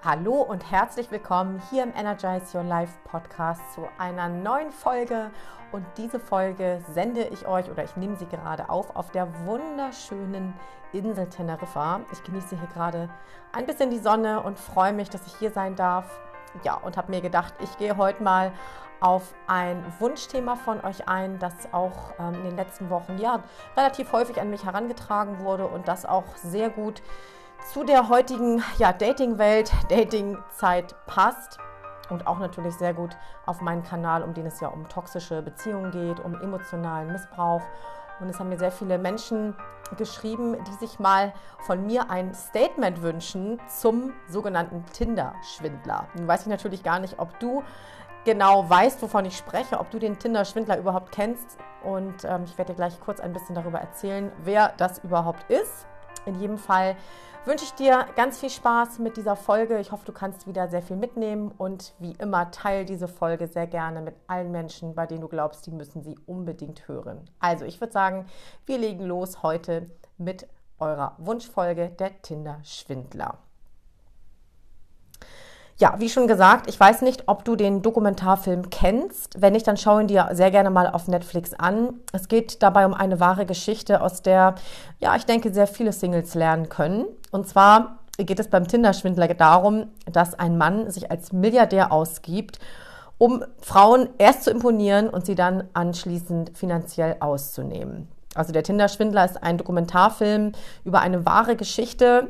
Hallo und herzlich willkommen hier im Energize Your Life Podcast zu einer neuen Folge. Und diese Folge sende ich euch oder ich nehme sie gerade auf der wunderschönen Insel Teneriffa. Ich genieße hier gerade ein bisschen die Sonne und freue mich, dass ich hier sein darf. Ja, und habe mir gedacht, ich gehe heute mal auf ein Wunschthema von euch ein, das auch in den letzten Wochen relativ häufig an mich herangetragen wurde und das auch sehr gut zu der heutigen Dating-Welt, Dating-Zeit passt und auch natürlich sehr gut auf meinen Kanal, um den es ja um toxische Beziehungen geht, um emotionalen Missbrauch. Und es haben mir sehr viele Menschen geschrieben, die sich mal von mir ein Statement wünschen zum sogenannten Tinder-Schwindler. Nun weiß ich natürlich gar nicht, ob du genau weißt, wovon ich spreche, ob du den Tinder-Schwindler überhaupt kennst. Und ich werde dir gleich kurz ein bisschen darüber erzählen, wer das überhaupt ist. In jedem Fall wünsche ich dir ganz viel Spaß mit dieser Folge. Ich hoffe, du kannst wieder sehr viel mitnehmen und wie immer teile diese Folge sehr gerne mit allen Menschen, bei denen du glaubst, die müssen sie unbedingt hören. Also ich würde sagen, wir legen los heute mit eurer Wunschfolge, der Tinder-Schwindler. Ja, wie schon gesagt, ich weiß nicht, ob du den Dokumentarfilm kennst. Wenn nicht, dann schau ihn dir sehr gerne mal auf Netflix an. Es geht dabei um eine wahre Geschichte, aus der, ich denke, sehr viele Singles lernen können. Und zwar geht es beim Tinder-Schwindler darum, dass ein Mann sich als Milliardär ausgibt, um Frauen erst zu imponieren und sie dann anschließend finanziell auszunehmen. Also der Tinder-Schwindler ist ein Dokumentarfilm über eine wahre Geschichte.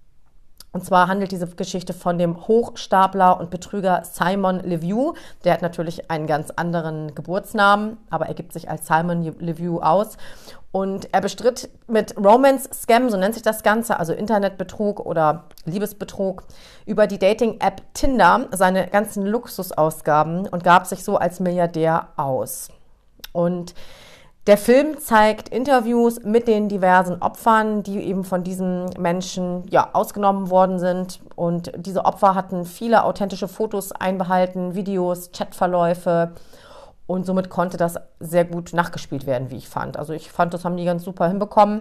Und zwar handelt diese Geschichte von dem Hochstapler und Betrüger Simon LeView. Der hat natürlich einen ganz anderen Geburtsnamen, aber er gibt sich als Simon LeView aus. Und er bestritt mit Romance-Scam, so nennt sich das Ganze, also Internetbetrug oder Liebesbetrug, über die Dating-App Tinder seine ganzen Luxusausgaben und gab sich so als Milliardär aus. Und der Film zeigt Interviews mit den diversen Opfern, die eben von diesen Menschen ausgenommen worden sind. Und diese Opfer hatten viele authentische Fotos einbehalten, Videos, Chatverläufe. Und somit konnte das sehr gut nachgespielt werden, wie ich fand. Also ich fand, das haben die ganz super hinbekommen.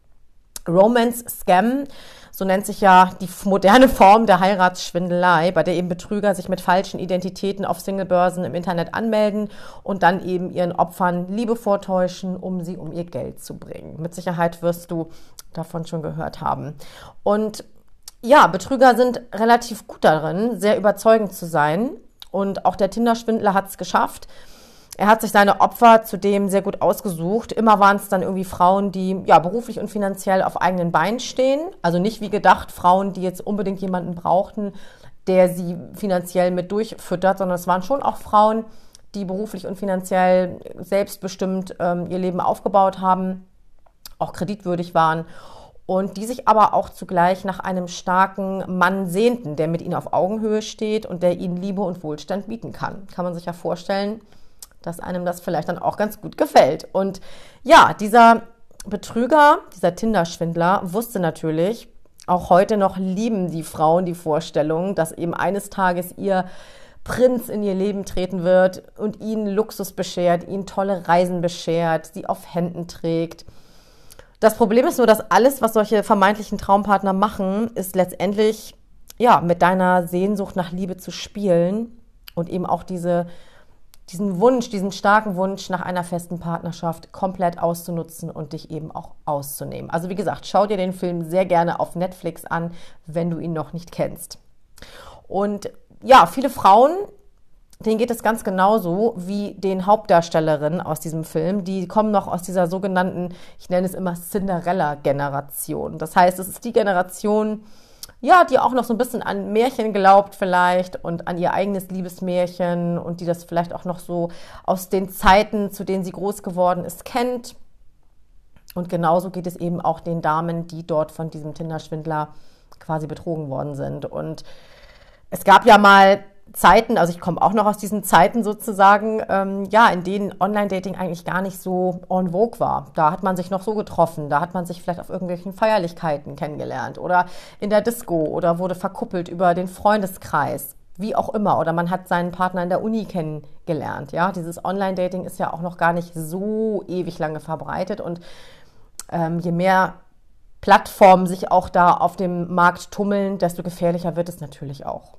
Romance-Scam, so nennt sich ja die moderne Form der Heiratsschwindelei, bei der eben Betrüger sich mit falschen Identitäten auf Singlebörsen im Internet anmelden und dann eben ihren Opfern Liebe vortäuschen, um sie um ihr Geld zu bringen. Mit Sicherheit wirst du davon schon gehört haben. Und ja, Betrüger sind relativ gut darin, sehr überzeugend zu sein. Und auch der Tinder-Schwindler hat es geschafft. Er hat sich seine Opfer zudem sehr gut ausgesucht. Immer waren es dann irgendwie Frauen, die beruflich und finanziell auf eigenen Beinen stehen. Also nicht wie gedacht Frauen, die jetzt unbedingt jemanden brauchten, der sie finanziell mit durchfüttert, sondern es waren schon auch Frauen, die beruflich und finanziell selbstbestimmt ihr Leben aufgebaut haben, auch kreditwürdig waren und die sich aber auch zugleich nach einem starken Mann sehnten, der mit ihnen auf Augenhöhe steht und der ihnen Liebe und Wohlstand bieten kann. Kann man sich ja vorstellen, dass einem das vielleicht dann auch ganz gut gefällt. Und ja, dieser Betrüger, dieser Tinder-Schwindler wusste natürlich, auch heute noch lieben die Frauen die Vorstellung, dass eben eines Tages ihr Prinz in ihr Leben treten wird und ihnen Luxus beschert, ihnen tolle Reisen beschert, sie auf Händen trägt. Das Problem ist nur, dass alles, was solche vermeintlichen Traumpartner machen, ist letztendlich mit deiner Sehnsucht nach Liebe zu spielen und eben auch diesen Wunsch, diesen starken Wunsch nach einer festen Partnerschaft komplett auszunutzen und dich eben auch auszunehmen. Also wie gesagt, schau dir den Film sehr gerne auf Netflix an, wenn du ihn noch nicht kennst. Und viele Frauen, denen geht es ganz genauso wie den Hauptdarstellerinnen aus diesem Film. Die kommen noch aus dieser sogenannten, ich nenne es immer Cinderella-Generation. Das heißt, es ist die Generation, die auch noch so ein bisschen an Märchen glaubt vielleicht und an ihr eigenes Liebesmärchen und die das vielleicht auch noch so aus den Zeiten, zu denen sie groß geworden ist, kennt. Und genauso geht es eben auch den Damen, die dort von diesem Tinder-Schwindler quasi betrogen worden sind. Und es gab ja mal Zeiten, also ich komme auch noch aus diesen Zeiten sozusagen, in denen Online-Dating eigentlich gar nicht so en vogue war. Da hat man sich noch so getroffen, da hat man sich vielleicht auf irgendwelchen Feierlichkeiten kennengelernt oder in der Disco oder wurde verkuppelt über den Freundeskreis, wie auch immer. Oder man hat seinen Partner in der Uni kennengelernt. Ja, dieses Online-Dating ist ja auch noch gar nicht so ewig lange verbreitet und je mehr Plattformen sich auch da auf dem Markt tummeln, desto gefährlicher wird es natürlich auch.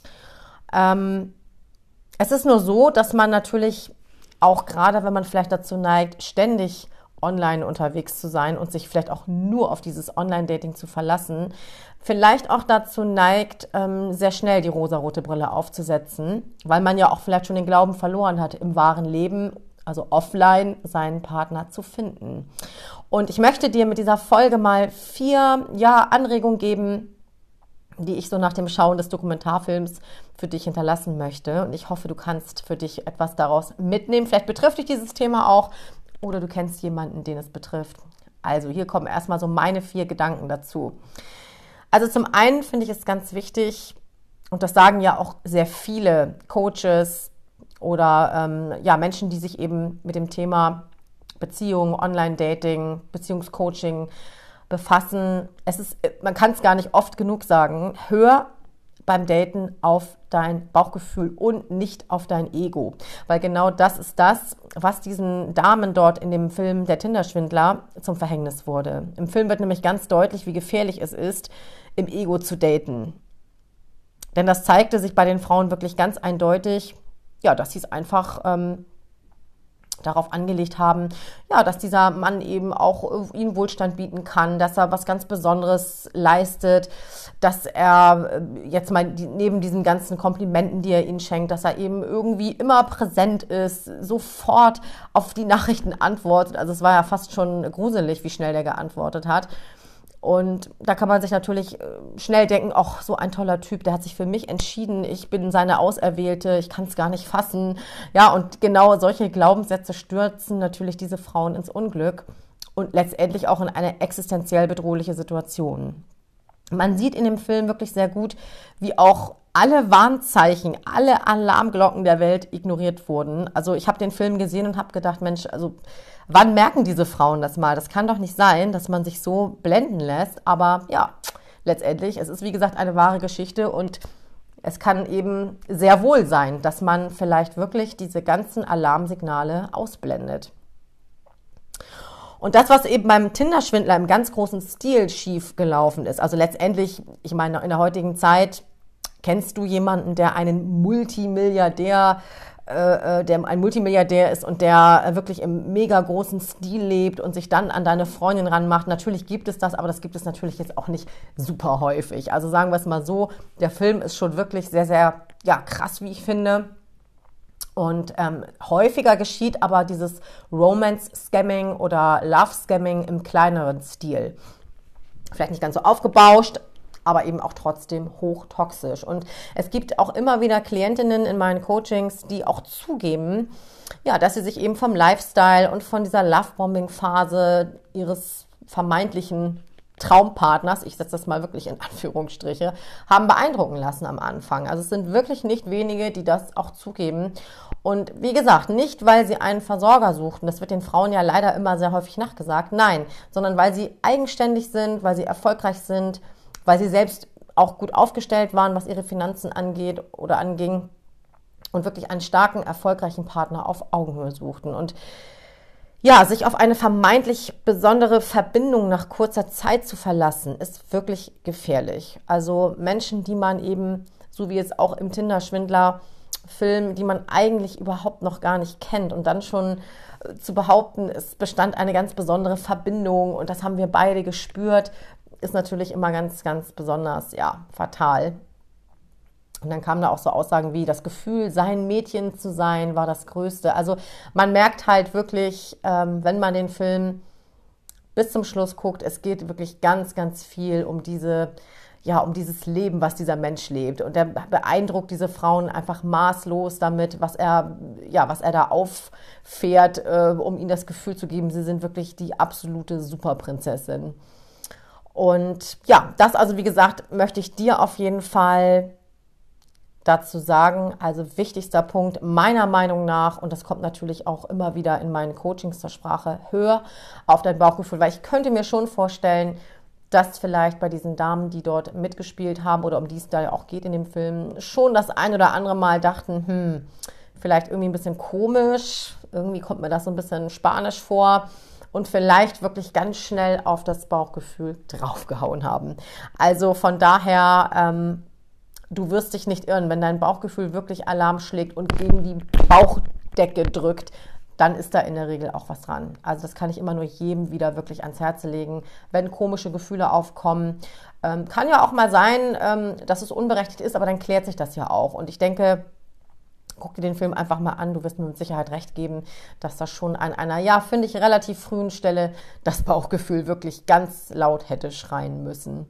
Es ist nur so, dass man natürlich auch gerade, wenn man vielleicht dazu neigt, ständig online unterwegs zu sein und sich vielleicht auch nur auf dieses Online-Dating zu verlassen, vielleicht auch dazu neigt, sehr schnell die rosarote Brille aufzusetzen, weil man ja auch vielleicht schon den Glauben verloren hat, im wahren Leben, also offline, seinen Partner zu finden. Und ich möchte dir mit dieser Folge mal 4 Anregungen geben, die ich so nach dem Schauen des Dokumentarfilms für dich hinterlassen möchte. Und ich hoffe, du kannst für dich etwas daraus mitnehmen. Vielleicht betrifft dich dieses Thema auch oder du kennst jemanden, den es betrifft. Also hier kommen erstmal so meine 4 Gedanken dazu. Also zum einen finde ich es ganz wichtig, und das sagen ja auch sehr viele Coaches oder Menschen, die sich eben mit dem Thema Beziehung, Online-Dating, Beziehungscoaching befassen. Man kann es gar nicht oft genug sagen, hör beim Daten auf dein Bauchgefühl und nicht auf dein Ego. Weil genau das ist das, was diesen Damen dort in dem Film Der Tinder-Schwindler zum Verhängnis wurde. Im Film wird nämlich ganz deutlich, wie gefährlich es ist, im Ego zu daten. Denn das zeigte sich bei den Frauen wirklich ganz eindeutig, dass sie es einfach darauf angelegt haben, dass dieser Mann eben auch ihnen Wohlstand bieten kann, dass er was ganz Besonderes leistet, dass er jetzt mal neben diesen ganzen Komplimenten, die er ihnen schenkt, dass er eben irgendwie immer präsent ist, sofort auf die Nachrichten antwortet. Also es war ja fast schon gruselig, wie schnell der geantwortet hat. Und da kann man sich natürlich schnell denken, ach, so ein toller Typ, der hat sich für mich entschieden, ich bin seine Auserwählte, ich kann es gar nicht fassen. Ja, und genau solche Glaubenssätze stürzen natürlich diese Frauen ins Unglück und letztendlich auch in eine existenziell bedrohliche Situation. Man sieht in dem Film wirklich sehr gut, wie auch alle Warnzeichen, alle Alarmglocken der Welt ignoriert wurden. Also ich habe den Film gesehen und habe gedacht, Mensch, also wann merken diese Frauen das mal? Das kann doch nicht sein, dass man sich so blenden lässt. Aber ja, letztendlich, es ist wie gesagt eine wahre Geschichte und es kann eben sehr wohl sein, dass man vielleicht wirklich diese ganzen Alarmsignale ausblendet. Und das, was eben beim Tinder-Schwindler im ganz großen Stil schief gelaufen ist, also letztendlich, ich meine, in der heutigen Zeit kennst du jemanden, der einen Multimilliardär, der ein Multimilliardär ist und der wirklich im mega großen Stil lebt und sich dann an deine Freundin ranmacht. Natürlich gibt es das, aber das gibt es natürlich jetzt auch nicht super häufig. Also sagen wir es mal so, der Film ist schon wirklich sehr, sehr krass, wie ich finde. Und häufiger geschieht aber dieses Romance-Scamming oder Love-Scamming im kleineren Stil. Vielleicht nicht ganz so aufgebauscht, aber eben auch trotzdem hochtoxisch. Und es gibt auch immer wieder Klientinnen in meinen Coachings, die auch zugeben, dass sie sich eben vom Lifestyle und von dieser Lovebombing-Phase ihres vermeintlichen Traumpartners, ich setze das mal wirklich in Anführungsstriche, haben beeindrucken lassen am Anfang. Also es sind wirklich nicht wenige, die das auch zugeben. Und wie gesagt, nicht, weil sie einen Versorger suchten, das wird den Frauen ja leider immer sehr häufig nachgesagt, nein, sondern weil sie eigenständig sind, weil sie erfolgreich sind, weil sie selbst auch gut aufgestellt waren, was ihre Finanzen angeht oder anging und wirklich einen starken, erfolgreichen Partner auf Augenhöhe suchten. Und sich auf eine vermeintlich besondere Verbindung nach kurzer Zeit zu verlassen, ist wirklich gefährlich. Also Menschen, die man eben, so wie es auch im Tinder-Schwindler-Film, die man eigentlich überhaupt noch gar nicht kennt und dann schon zu behaupten, es bestand eine ganz besondere Verbindung und das haben wir beide gespürt, ist natürlich immer ganz, ganz besonders, fatal. Und dann kamen da auch so Aussagen wie, das Gefühl, sein Mädchen zu sein, war das Größte. Also man merkt halt wirklich, wenn man den Film bis zum Schluss guckt, es geht wirklich ganz, ganz viel um dieses Leben, was dieser Mensch lebt. Und der beeindruckt diese Frauen einfach maßlos damit, was er da auffährt, um ihnen das Gefühl zu geben, sie sind wirklich die absolute Superprinzessin. Und das also, wie gesagt, möchte ich dir auf jeden Fall dazu sagen, also wichtigster Punkt meiner Meinung nach, und das kommt natürlich auch immer wieder in meinen Coachings zur Sprache, hör auf dein Bauchgefühl, weil ich könnte mir schon vorstellen, dass vielleicht bei diesen Damen, die dort mitgespielt haben oder um die es da ja auch geht in dem Film, schon das ein oder andere Mal dachten, vielleicht irgendwie ein bisschen komisch, irgendwie kommt mir das so ein bisschen spanisch vor und vielleicht wirklich ganz schnell auf das Bauchgefühl draufgehauen haben. Also von daher, du wirst dich nicht irren, wenn dein Bauchgefühl wirklich Alarm schlägt und gegen die Bauchdecke drückt, dann ist da in der Regel auch was dran. Also das kann ich immer nur jedem wieder wirklich ans Herz legen, wenn komische Gefühle aufkommen. Kann ja auch mal sein, dass es unberechtigt ist, aber dann klärt sich das ja auch. Und ich denke, guck dir den Film einfach mal an, du wirst mir mit Sicherheit recht geben, dass das schon an einer, ja, finde ich, relativ frühen Stelle das Bauchgefühl wirklich ganz laut hätte schreien müssen.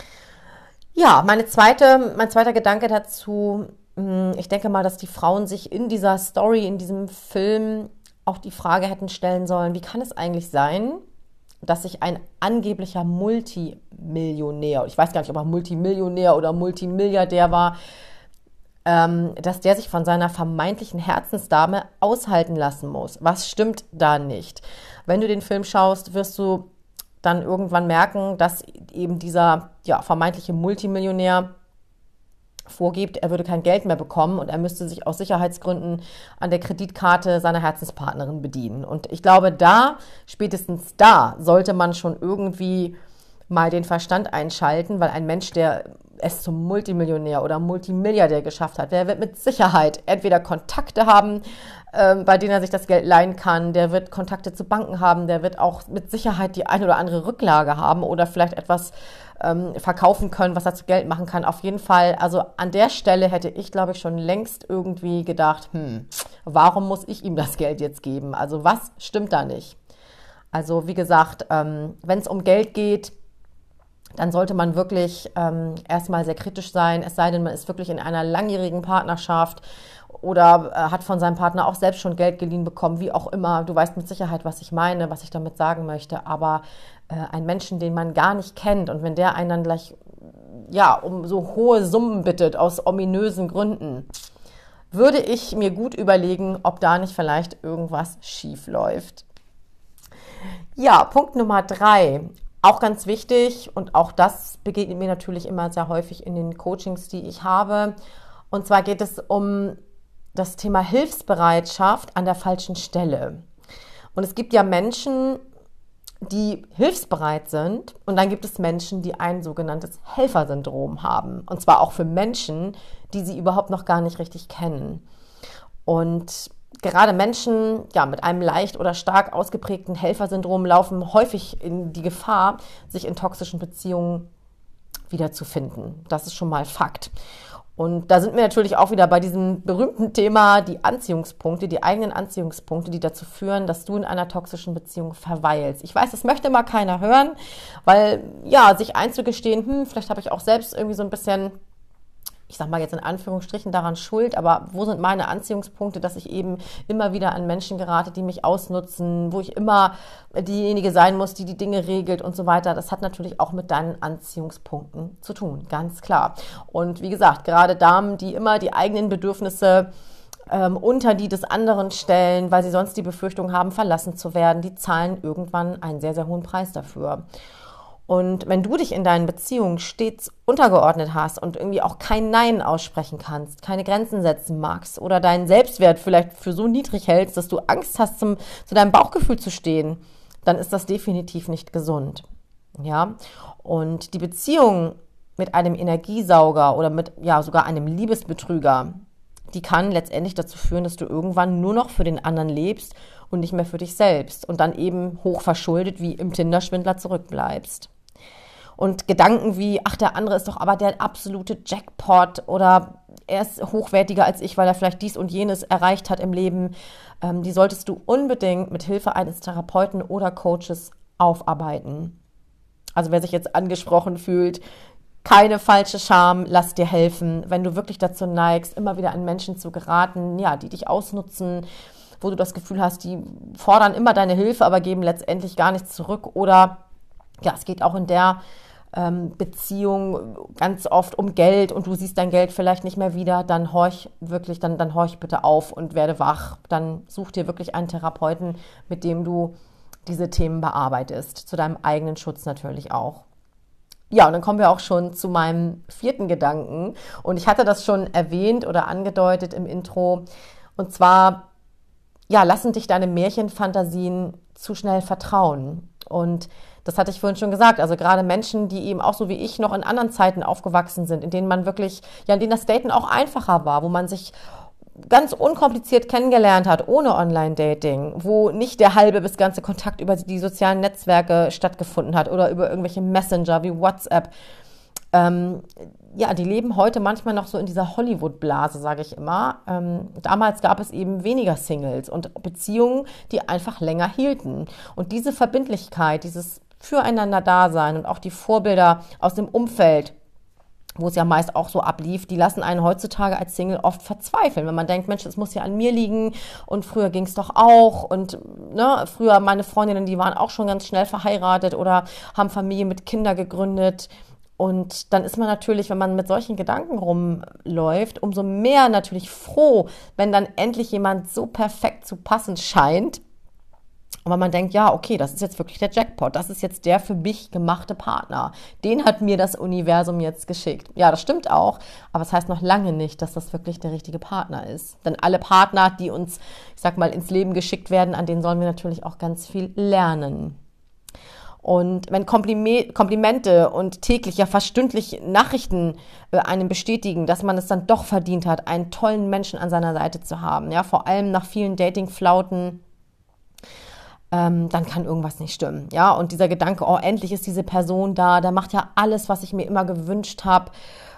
Ja, mein zweiter Gedanke dazu, ich denke mal, dass die Frauen sich in dieser Story, in diesem Film auch die Frage hätten stellen sollen, wie kann es eigentlich sein, dass sich ein angeblicher Multimillionär, ich weiß gar nicht, ob er Multimillionär oder Multimilliardär war, dass der sich von seiner vermeintlichen Herzensdame aushalten lassen muss. Was stimmt da nicht? Wenn du den Film schaust, wirst du dann irgendwann merken, dass eben dieser vermeintliche Multimillionär vorgibt, er würde kein Geld mehr bekommen und er müsste sich aus Sicherheitsgründen an der Kreditkarte seiner Herzenspartnerin bedienen. Und ich glaube, spätestens da, sollte man schon irgendwie mal den Verstand einschalten, weil ein Mensch, der es zum Multimillionär oder Multimilliardär geschafft hat, der wird mit Sicherheit entweder Kontakte haben, bei denen er sich das Geld leihen kann, der wird Kontakte zu Banken haben, der wird auch mit Sicherheit die ein oder andere Rücklage haben oder vielleicht etwas verkaufen können, was er zu Geld machen kann. Auf jeden Fall, also an der Stelle hätte ich, glaube ich, schon längst irgendwie gedacht, warum muss ich ihm das Geld jetzt geben? Also was stimmt da nicht? Also wie gesagt, wenn es um Geld geht, dann sollte man wirklich erstmal sehr kritisch sein, es sei denn, man ist wirklich in einer langjährigen Partnerschaft oder hat von seinem Partner auch selbst schon Geld geliehen bekommen, wie auch immer. Du weißt mit Sicherheit, was ich meine, was ich damit sagen möchte, aber einen Menschen, den man gar nicht kennt und wenn der einen dann gleich um so hohe Summen bittet, aus ominösen Gründen, würde ich mir gut überlegen, ob da nicht vielleicht irgendwas schief läuft. Ja, Punkt Nummer 3. Auch ganz wichtig und auch das begegnet mir natürlich immer sehr häufig in den Coachings, die ich habe. Und zwar geht es um das Thema Hilfsbereitschaft an der falschen Stelle. Und es gibt ja Menschen, die hilfsbereit sind und dann gibt es Menschen, die ein sogenanntes Helfersyndrom haben. Und zwar auch für Menschen, die sie überhaupt noch gar nicht richtig kennen. Und gerade Menschen mit einem leicht oder stark ausgeprägten Helfersyndrom laufen häufig in die Gefahr, sich in toxischen Beziehungen wiederzufinden. Das ist schon mal Fakt. Und da sind wir natürlich auch wieder bei diesem berühmten Thema, die Anziehungspunkte, die eigenen Anziehungspunkte, die dazu führen, dass du in einer toxischen Beziehung verweilst. Ich weiß, das möchte mal keiner hören, weil sich einzugestehen, vielleicht habe ich auch selbst irgendwie so ein bisschen, ich sag mal jetzt in Anführungsstrichen, daran schuld, aber wo sind meine Anziehungspunkte, dass ich eben immer wieder an Menschen gerate, die mich ausnutzen, wo ich immer diejenige sein muss, die die Dinge regelt und so weiter. Das hat natürlich auch mit deinen Anziehungspunkten zu tun, ganz klar. Und wie gesagt, gerade Damen, die immer die eigenen Bedürfnisse unter die des anderen stellen, weil sie sonst die Befürchtung haben, verlassen zu werden, die zahlen irgendwann einen sehr, sehr hohen Preis dafür. Und wenn du dich in deinen Beziehungen stets untergeordnet hast und irgendwie auch kein Nein aussprechen kannst, keine Grenzen setzen magst oder deinen Selbstwert vielleicht für so niedrig hältst, dass du Angst hast, zu deinem Bauchgefühl zu stehen, dann ist das definitiv nicht gesund. Ja? Und die Beziehung mit einem Energiesauger oder mit sogar einem Liebesbetrüger, die kann letztendlich dazu führen, dass du irgendwann nur noch für den anderen lebst und nicht mehr für dich selbst und dann eben hochverschuldet wie im Tinder-Schwindler zurückbleibst. Und Gedanken wie, der andere ist doch aber der absolute Jackpot oder er ist hochwertiger als ich, weil er vielleicht dies und jenes erreicht hat im Leben, die solltest du unbedingt mit Hilfe eines Therapeuten oder Coaches aufarbeiten. Also wer sich jetzt angesprochen fühlt, keine falsche Scham, lass dir helfen. Wenn du wirklich dazu neigst, immer wieder an Menschen zu geraten, die dich ausnutzen, wo du das Gefühl hast, die fordern immer deine Hilfe, aber geben letztendlich gar nichts zurück. Oder es geht auch in der Beziehung ganz oft um Geld und du siehst dein Geld vielleicht nicht mehr wieder, dann horch bitte auf und werde wach. Dann such dir wirklich einen Therapeuten, mit dem du diese Themen bearbeitest. Zu deinem eigenen Schutz natürlich auch. Ja, und dann kommen wir auch schon zu meinem 4. Gedanken. Und ich hatte das schon erwähnt oder angedeutet im Intro. Und zwar, lassen dich deine Märchenfantasien zu schnell vertrauen. Und das hatte ich vorhin schon gesagt, also gerade Menschen, die eben auch so wie ich noch in anderen Zeiten aufgewachsen sind, in denen man wirklich, ja, in denen das Daten auch einfacher war, wo man sich ganz unkompliziert kennengelernt hat, ohne Online-Dating, wo nicht der halbe bis ganze Kontakt über die sozialen Netzwerke stattgefunden hat oder über irgendwelche Messenger wie WhatsApp. Ja, die leben heute manchmal noch so in dieser Hollywood-Blase, sage ich immer. Damals gab es eben weniger Singles und Beziehungen, die einfach länger hielten. Und diese Verbindlichkeit, dieses Füreinander-Dasein und auch die Vorbilder aus dem Umfeld, wo es ja meist auch so ablief, die lassen einen heutzutage als Single oft verzweifeln, wenn man denkt, Mensch, es muss ja an mir liegen und früher ging es doch auch und ne, früher meine Freundinnen, die waren auch schon ganz schnell verheiratet oder haben Familie mit Kindern gegründet. Und dann ist man natürlich, wenn man mit solchen Gedanken rumläuft, umso mehr natürlich froh, wenn dann endlich jemand so perfekt zu passen scheint. Und wenn man denkt, ja, okay, das ist jetzt wirklich der Jackpot, das ist jetzt der für mich gemachte Partner. Den hat mir das Universum jetzt geschickt. Ja, das stimmt auch, aber es heißt noch lange nicht, dass das wirklich der richtige Partner ist. Denn alle Partner, die uns, ich sag mal, ins Leben geschickt werden, an denen sollen wir natürlich auch ganz viel lernen. Und wenn Komplimente und täglich, ja fast stündlich Nachrichten einem bestätigen, dass man es dann doch verdient hat, einen tollen Menschen an seiner Seite zu haben, ja, vor allem nach vielen Dating-Flauten, dann kann irgendwas nicht stimmen, ja. Und dieser Gedanke, oh, endlich ist diese Person da, der macht ja alles, was ich mir immer gewünscht habe,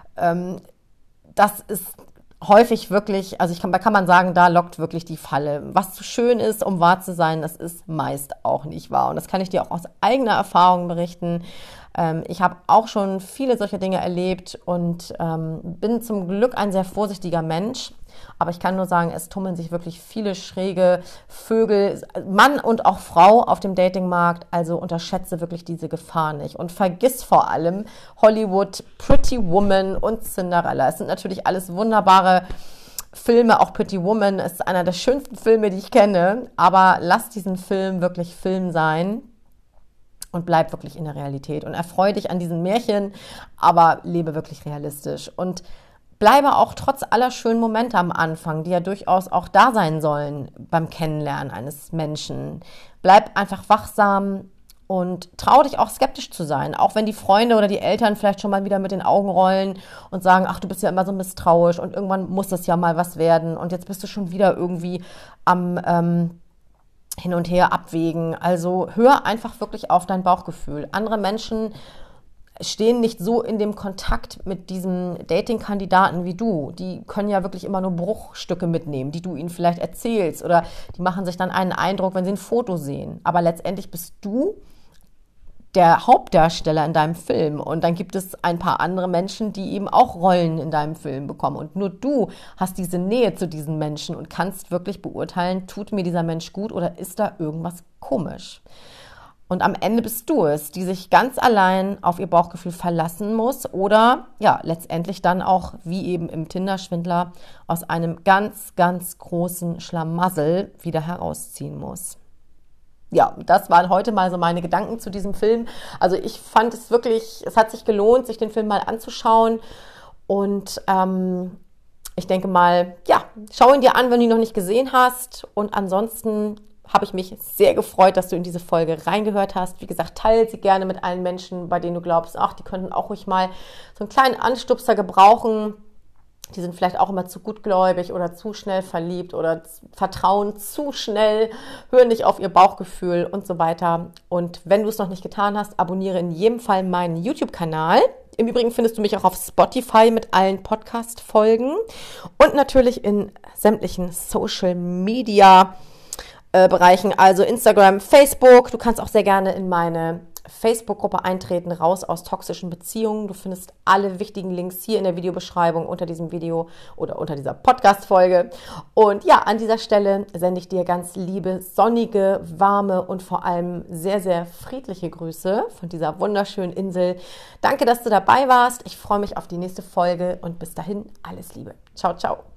das ist häufig wirklich, also da kann man sagen, da lockt wirklich die Falle. Was zu schön ist, um wahr zu sein, das ist meist auch nicht wahr. Und das kann ich dir auch aus eigener Erfahrung berichten. Ich habe auch schon viele solche Dinge erlebt und bin zum Glück ein sehr vorsichtiger Mensch. Aber ich kann nur sagen, es tummeln sich wirklich viele schräge Vögel, Mann und auch Frau auf dem Datingmarkt. Also unterschätze wirklich diese Gefahr nicht. Und vergiss vor allem Hollywood, Pretty Woman und Cinderella. Es sind natürlich alles wunderbare Filme, auch Pretty Woman ist einer der schönsten Filme, die ich kenne. Aber lass diesen Film wirklich Film sein. Und bleib wirklich in der Realität und erfreue dich an diesen Märchen, aber lebe wirklich realistisch. Und bleibe auch trotz aller schönen Momente am Anfang, die ja durchaus auch da sein sollen beim Kennenlernen eines Menschen. Bleib einfach wachsam und trau dich auch skeptisch zu sein, auch wenn die Freunde oder die Eltern vielleicht schon mal wieder mit den Augen rollen und sagen, ach, du bist ja immer so misstrauisch und irgendwann muss das ja mal was werden und jetzt bist du schon wieder irgendwie am hin und her abwägen. Also hör einfach wirklich auf dein Bauchgefühl. Andere Menschen stehen nicht so in dem Kontakt mit diesem Dating-Kandidaten wie du. Die können ja wirklich immer nur Bruchstücke mitnehmen, die du ihnen vielleicht erzählst oder die machen sich dann einen Eindruck, wenn sie ein Foto sehen. Aber letztendlich bist du der Hauptdarsteller in deinem Film und dann gibt es ein paar andere Menschen, die eben auch Rollen in deinem Film bekommen und nur du hast diese Nähe zu diesen Menschen und kannst wirklich beurteilen, tut mir dieser Mensch gut oder ist da irgendwas komisch? Und am Ende bist du es, die sich ganz allein auf ihr Bauchgefühl verlassen muss oder ja, letztendlich dann auch, wie eben im Tinder-Schwindler, aus einem ganz, ganz großen Schlamassel wieder herausziehen muss. Ja, das waren heute mal so meine Gedanken zu diesem Film. Also ich fand es wirklich, es hat sich gelohnt, sich den Film mal anzuschauen. Und ich denke mal, ja, schau ihn dir an, wenn du ihn noch nicht gesehen hast. Und ansonsten habe ich mich sehr gefreut, dass du in diese Folge reingehört hast. Wie gesagt, teile sie gerne mit allen Menschen, bei denen du glaubst, ach, die könnten auch ruhig mal so einen kleinen Anstupser gebrauchen. Die sind vielleicht auch immer zu gutgläubig oder zu schnell verliebt oder vertrauen zu schnell, hören nicht auf ihr Bauchgefühl und so weiter. Und wenn du es noch nicht getan hast, abonniere in jedem Fall meinen YouTube-Kanal. Im Übrigen findest du mich auch auf Spotify mit allen Podcast-Folgen und natürlich in sämtlichen Social-Media-Bereichen, also Instagram, Facebook. Du kannst auch sehr gerne in meine Facebook-Gruppe eintreten, raus aus toxischen Beziehungen. Du findest alle wichtigen Links hier in der Videobeschreibung unter diesem Video oder unter dieser Podcast-Folge. Und ja, an dieser Stelle sende ich dir ganz liebe, sonnige, warme und vor allem sehr, sehr friedliche Grüße von dieser wunderschönen Insel. Danke, dass du dabei warst. Ich freue mich auf die nächste Folge und bis dahin alles Liebe. Ciao, ciao.